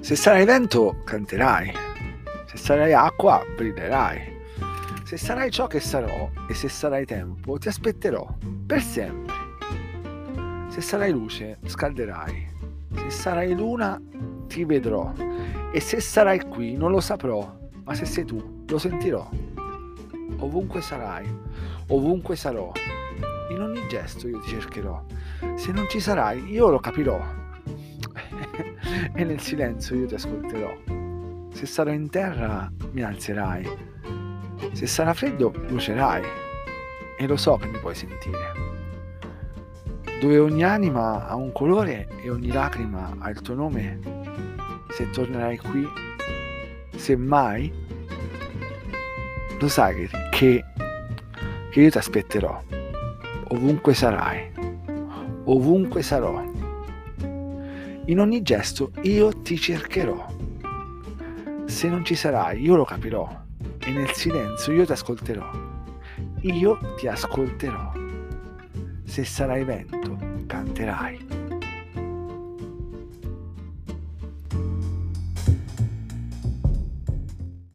Se sarai vento, canterai. Se sarai acqua, brillerai. Se sarai ciò che sarò e se sarai tempo, ti aspetterò per sempre. Se sarai luce, scalderai. Se sarai luna, ti vedrò. E se sarai qui, non lo saprò, ma se sei tu, lo sentirò. Ovunque sarai, ovunque sarò, in ogni gesto io ti cercherò. Se non ci sarai, io lo capirò. E nel silenzio io ti ascolterò. Se sarò in terra, mi alzerai. Se sarà freddo, brucerai. E lo so che mi puoi sentire. Dove ogni anima ha un colore e ogni lacrima ha il tuo nome, se tornerai qui, se mai, lo sai che io ti aspetterò, ovunque sarai, ovunque sarò, in ogni gesto io ti cercherò. Se non ci sarai, io lo capirò, e nel silenzio io ti ascolterò, io ti ascolterò. Se sarai vento, canterai.